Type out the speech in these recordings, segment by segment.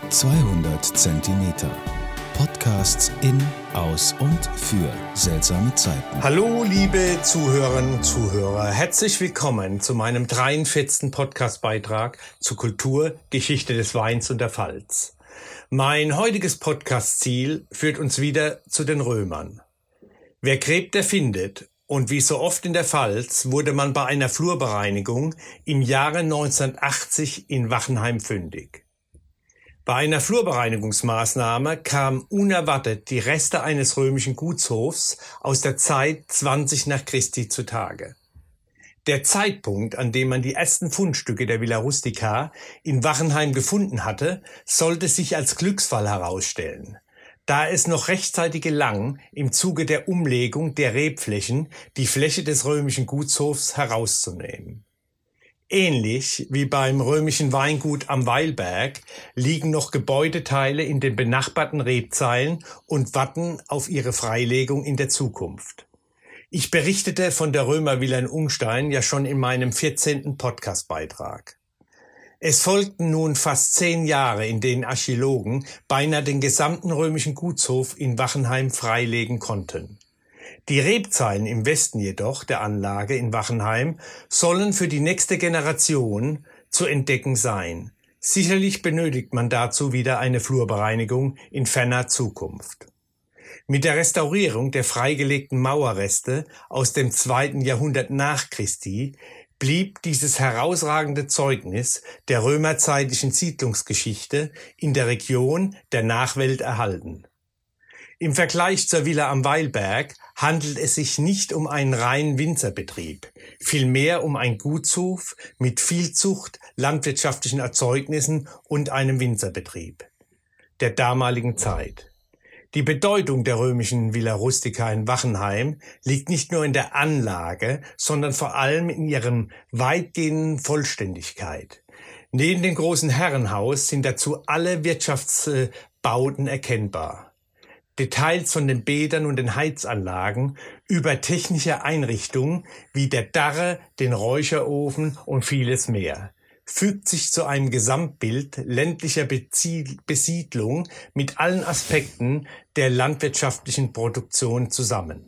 200 Zentimeter. Podcasts in, aus und für seltsame Zeiten. Hallo liebe Zuhörerinnen und Zuhörer, herzlich willkommen zu meinem 43. Podcastbeitrag zur Kultur, Geschichte des Weins und der Pfalz. Mein heutiges Podcast-Ziel führt uns wieder zu den Römern. Wer gräbt, der findet. Und wie so oft in der Pfalz wurde man bei einer Flurbereinigung im Jahre 1980 in Wachenheim fündig. Bei einer Flurbereinigungsmaßnahme kamen unerwartet die Reste eines römischen Gutshofs aus der Zeit 20 nach Christi zutage. Der Zeitpunkt, an dem man die ersten Fundstücke der Villa Rustica in Wachenheim gefunden hatte, sollte sich als Glücksfall herausstellen, da es noch rechtzeitig gelang, im Zuge der Umlegung der Rebflächen die Fläche des römischen Gutshofs herauszunehmen. Ähnlich wie beim römischen Weingut am Weilberg liegen noch Gebäudeteile in den benachbarten Rebzeilen und warten auf ihre Freilegung in der Zukunft. Ich berichtete von der Römervilla in Ungstein ja schon in meinem 14. Podcastbeitrag. Es folgten nun fast 10 Jahre, in denen Archäologen beinahe den gesamten römischen Gutshof in Wachenheim freilegen konnten. Die Rebzeilen im Westen jedoch der Anlage in Wachenheim sollen für die nächste Generation zu entdecken sein. Sicherlich benötigt man dazu wieder eine Flurbereinigung in ferner Zukunft. Mit der Restaurierung der freigelegten Mauerreste aus dem 2. Jahrhundert nach Christi blieb dieses herausragende Zeugnis der römerzeitlichen Siedlungsgeschichte in der Region der Nachwelt erhalten. Im Vergleich zur Villa am Weilberg handelt es sich nicht um einen reinen Winzerbetrieb, vielmehr um einen Gutshof mit Viehzucht, landwirtschaftlichen Erzeugnissen und einem Winzerbetrieb der damaligen Zeit. Die Bedeutung der römischen Villa Rustica in Wachenheim liegt nicht nur in der Anlage, sondern vor allem in ihrem weitgehenden Vollständigkeit. Neben dem großen Herrenhaus sind dazu alle Wirtschaftsbauten erkennbar. Details von den Bädern und den Heizanlagen über technische Einrichtungen wie der Darre, den Räucherofen und vieles mehr fügt sich zu einem Gesamtbild ländlicher Besiedlung mit allen Aspekten der landwirtschaftlichen Produktion zusammen.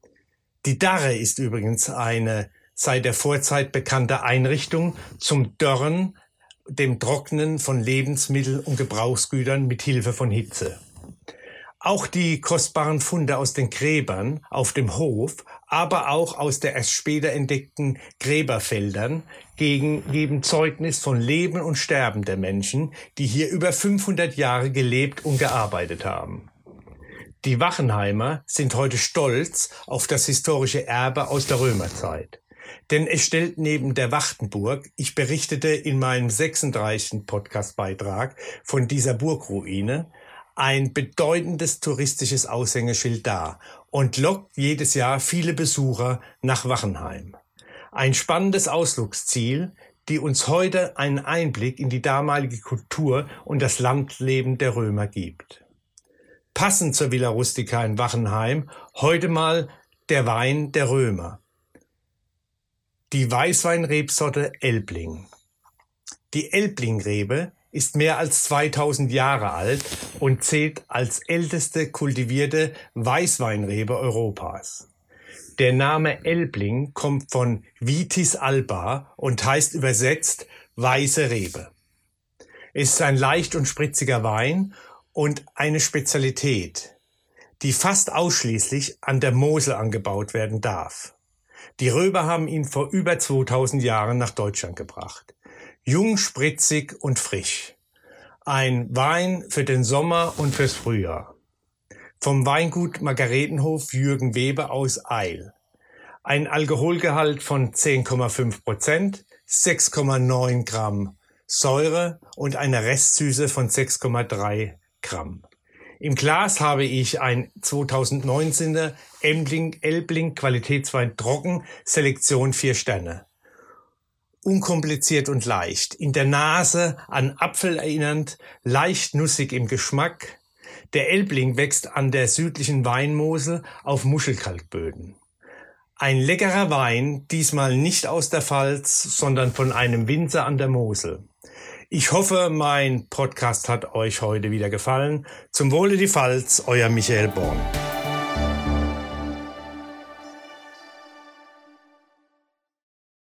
Die Darre ist übrigens eine seit der Vorzeit bekannte Einrichtung zum Dörren, dem Trocknen von Lebensmitteln und Gebrauchsgütern mit Hilfe von Hitze. Auch die kostbaren Funde aus den Gräbern auf dem Hof, aber auch aus der erst später entdeckten Gräberfeldern geben Zeugnis von Leben und Sterben der Menschen, die hier über 500 Jahre gelebt und gearbeitet haben. Die Wachenheimer sind heute stolz auf das historische Erbe aus der Römerzeit. Denn es stellt neben der Wachtenburg, ich berichtete in meinem 36. Podcastbeitrag von dieser Burgruine, ein bedeutendes touristisches Aushängeschild dar und lockt jedes Jahr viele Besucher nach Wachenheim. Ein spannendes Ausflugsziel, die uns heute einen Einblick in die damalige Kultur und das Landleben der Römer gibt. Passend zur Villa Rustica in Wachenheim heute mal der Wein der Römer. Die Weißweinrebsorte Elbling. Die Elblingrebe ist mehr als 2000 Jahre alt und zählt als älteste kultivierte Weißweinrebe Europas. Der Name Elbling kommt von Vitis alba und heißt übersetzt weiße Rebe. Es ist ein leicht und spritziger Wein und eine Spezialität, die fast ausschließlich an der Mosel angebaut werden darf. Die Römer haben ihn vor über 2000 Jahren nach Deutschland gebracht. Jung, spritzig und frisch. Ein Wein für den Sommer und fürs Frühjahr. Vom Weingut Margaretenhof Jürgen Weber aus Eil. Ein Alkoholgehalt von 10,5%, 6,9 Gramm Säure und eine Restsüße von 6,3 Gramm. Im Glas habe ich ein 2019er Elbling Qualitätswein Trocken, Selektion 4 Sterne. Unkompliziert und leicht, in der Nase an Apfel erinnernd, leicht nussig im Geschmack. Der Elbling wächst an der südlichen Weinmosel auf Muschelkalkböden. Ein leckerer Wein, diesmal nicht aus der Pfalz, sondern von einem Winzer an der Mosel. Ich hoffe, mein Podcast hat euch heute wieder gefallen. Zum Wohle die Pfalz, euer Michael Born.